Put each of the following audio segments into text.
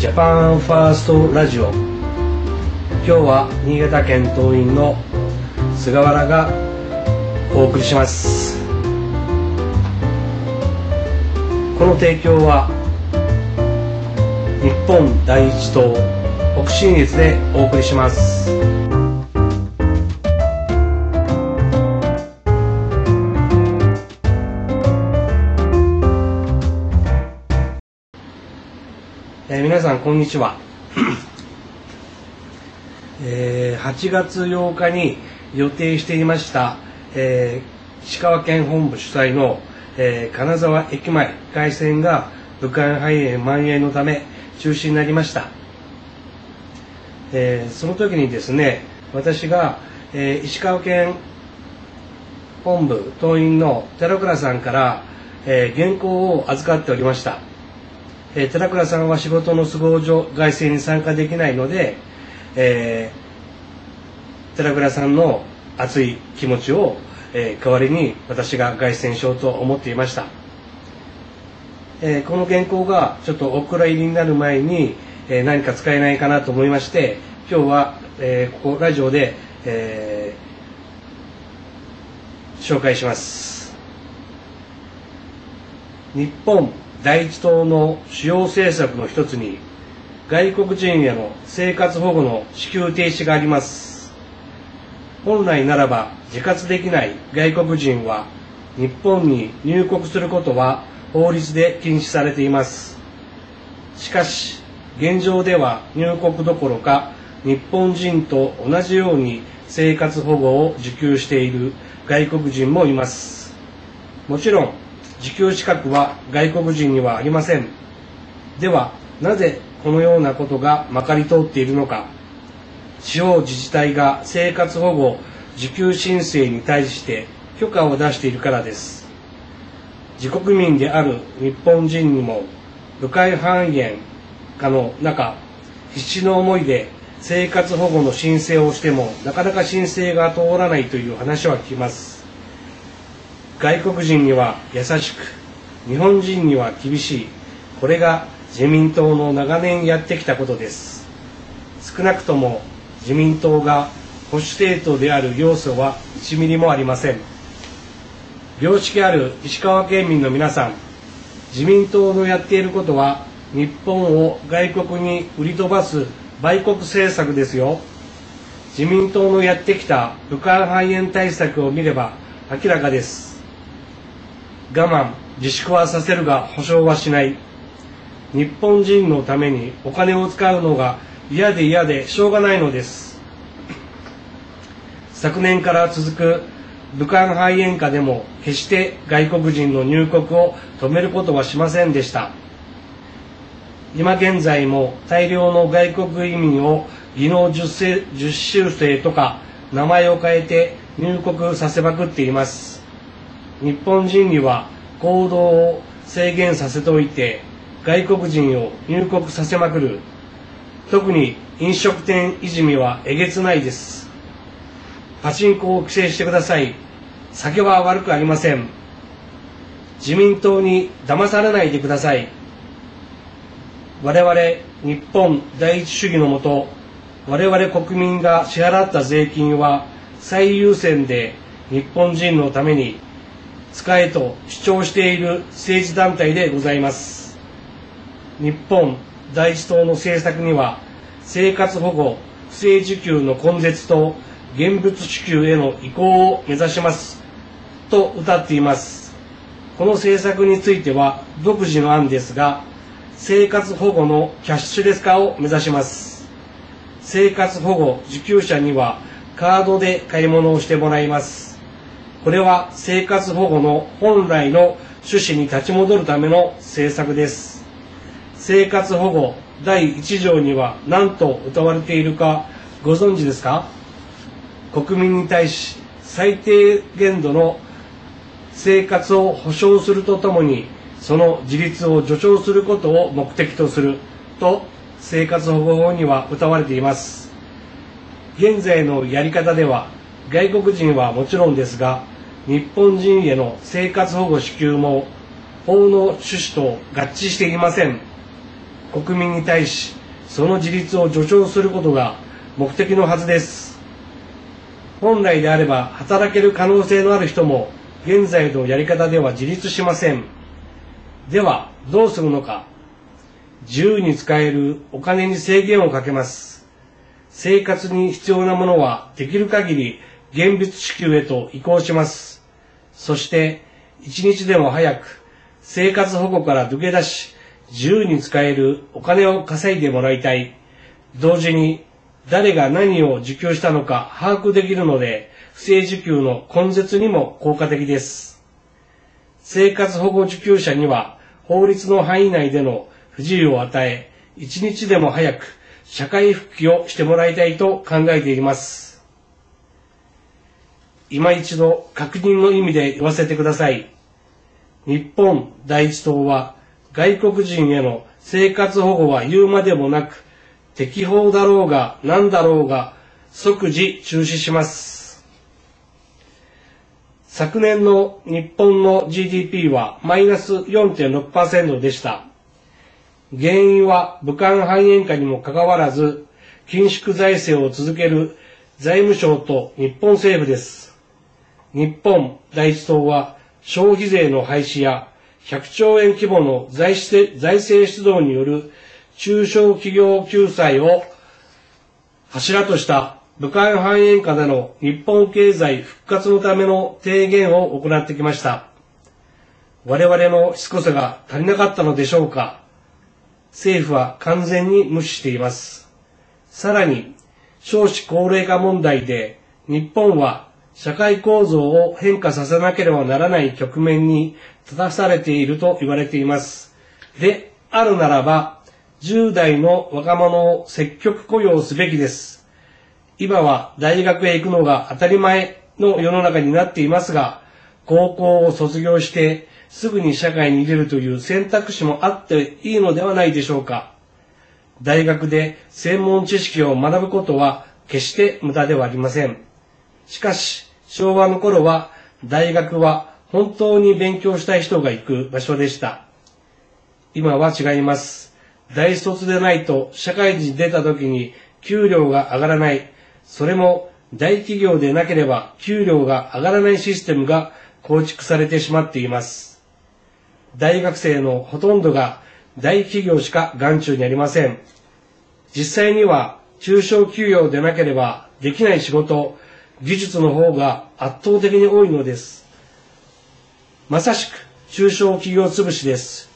ジャパンファーストラジオ。今日は新潟県党員の菅原がお送りします。この提供は日本第一党北信越でお送りします。皆さんこんにちは。8月8日に予定していました、石川県本部主催の、金沢駅前凱旋が武漢肺炎蔓延のため中止になりました。その時にですね、私が、石川県本部党員の寺倉さんから、原稿を預かっておりました。寺倉さんは仕事の都合上凱旋に参加できないので、寺倉さんの熱い気持ちを、代わりに私が凱旋しようと思っていました。この原稿がちょっとお蔵入りになる前に、何か使えないかなと思いまして、今日は、ここラジオで、紹介します。日本第一党の主要政策の一つに、外国人への生活保護の支給停止があります。本来ならば自活できない外国人は日本に入国することは法律で禁止されています。しかし現状では入国どころか日本人と同じように生活保護を受給している外国人もいます。もちろん受給資格は外国人にはありません。ではなぜこのようなことがまかり通っているのか。地方自治体が生活保護受給申請に対して許可を出しているからです。自国民である日本人にも武漢肺炎下の中、必死の思いで生活保護の申請をしてもなかなか申請が通らないという話は聞きます。外国人には優しく、日本人には厳しい。これが自民党の長年やってきたことです。少なくとも自民党が保守政党である要素は1ミリもありません。良識ある石川県民の皆さん、自民党のやっていることは日本を外国に売り飛ばす売国政策ですよ。自民党のやってきた武漢肺炎対策を見れば明らかです。我慢、自粛はさせるが保証はしない。日本人のためにお金を使うのが嫌で嫌でしょうがないのです。昨年から続く武漢肺炎下でも決して外国人の入国を止めることはしませんでした。今現在も大量の外国移民を技能実習生とか名前を変えて入国させまくっています。日本人には行動を制限させておいて外国人を入国させまくる。特に飲食店いじめはえげつないです。パチンコを規制してください。酒は悪くありません。自民党に騙されないでください。我々日本第一主義のもと、我々国民が支払った税金は最優先で日本人のために使えと主張している政治団体でございます。日本第一党の政策には生活保護不正受給の根絶と現物支給への移行を目指しますと謳っています。この政策については独自の案ですが、生活保護のキャッシュレス化を目指します。生活保護受給者にはカードで買い物をしてもらいます。これは生活保護の本来の趣旨に立ち戻るための政策です。生活保護第1条には何と謳われているかご存知ですか？国民に対し最低限度の生活を保障するとともにその自立を助長することを目的とすると生活保護法には謳われています。現在のやり方では外国人はもちろんですが、日本人への生活保護支給も法の趣旨と合致していません。 国民に対しその自立を助長することが目的のはずです。本来であれば働ける可能性のある人も現在のやり方では自立しません。ではどうするのか。自由に使えるお金に制限をかけます。生活に必要なものはできる限り現物支給へと移行します。そして一日でも早く生活保護から抜け出し、自由に使えるお金を稼いでもらいたい。同時に誰が何を受給したのか把握できるので、不正受給の根絶にも効果的です。生活保護受給者には法律の範囲内での不自由を与え、一日でも早く社会復帰をしてもらいたいと考えています。今一度確認の意味で言わせてください。日本第一党は外国人への生活保護は言うまでもなく、適法だろうが何だろうが即時中止します。昨年の日本の GDP はマイナス 4.6% でした。原因は武漢肺炎下にもかかわらず、緊縮財政を続ける財務省と日本政府です。日本第一党は消費税の廃止や100兆円規模の財政出動による中小企業救済を柱とした武漢肺炎下での日本経済復活のための提言を行ってきました。我々のしつこさが足りなかったのでしょうか。政府は完全に無視しています。さらに、少子高齢化問題で日本は社会構造を変化させなければならない局面に立たされていると言われています。であるならば、10代の若者を積極雇用すべきです。今は大学へ行くのが当たり前の世の中になっていますが、高校を卒業してすぐに社会に出るという選択肢もあっていいのではないでしょうか。大学で専門知識を学ぶことは決して無駄ではありません。しかし、昭和の頃は大学は本当に勉強したい人が行く場所でした。今は違います。大卒でないと社会に出た時に給料が上がらない。それも大企業でなければ給料が上がらないシステムが構築されてしまっています。大学生のほとんどが大企業しか眼中にありません。実際には中小企業でなければできない仕事、技術の方が圧倒的に多いのです。まさしく中小企業潰しです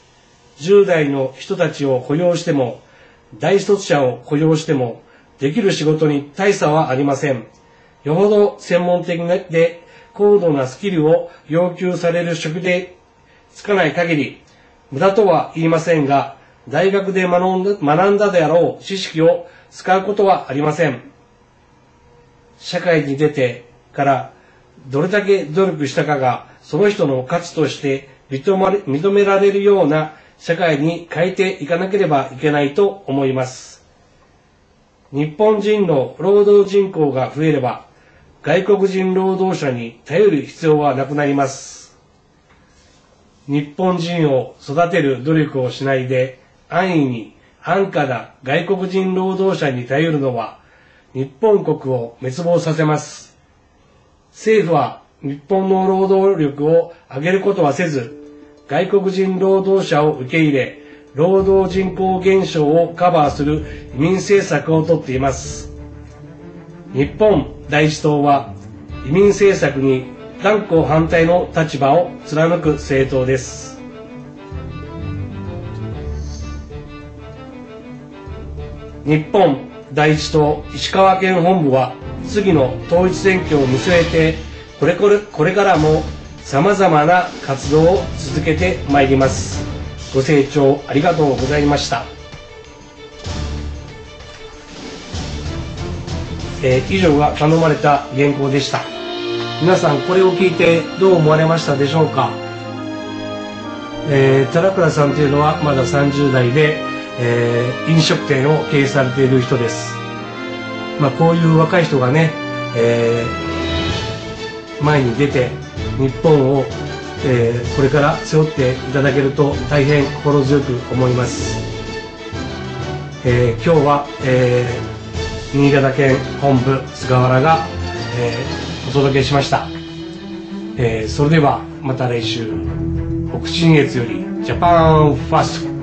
。10代の人たちを雇用しても、大卒者を雇用しても、できる仕事に大差はありません。よほど専門的で高度なスキルを要求される職でつかない限り、無駄とは言いませんが、大学で学んだであろう知識を使うことはありません。社会に出てからどれだけ努力したかがその人の価値として認められるような社会に変えていかなければいけないと思います。日本人の労働人口が増えれば外国人労働者に頼る必要はなくなります。日本人を育てる努力をしないで安易に安価な外国人労働者に頼るのは日本国を滅亡させます。政府は日本の労働力を上げることはせず、外国人労働者を受け入れ、労働人口減少をカバーする移民政策をとっています。日本第一党は移民政策に断固反対の立場を貫く政党です。日本第一党石川県本部は次の統一選挙を見据えてこれからもさまざまな活動を続けてまいります。ご清聴ありがとうございました。以上が頼まれた原稿でした。皆さんこれを聞いてどう思われましたでしょうか。寺倉さんというのはまだ30代で、飲食店を経営されている人です。こういう若い人がね、前に出て日本を、これから背負っていただけると大変心強く思います。 今日は、新潟県本部菅原が、お届けしました。それではまた来週北信越よりジャパンファースト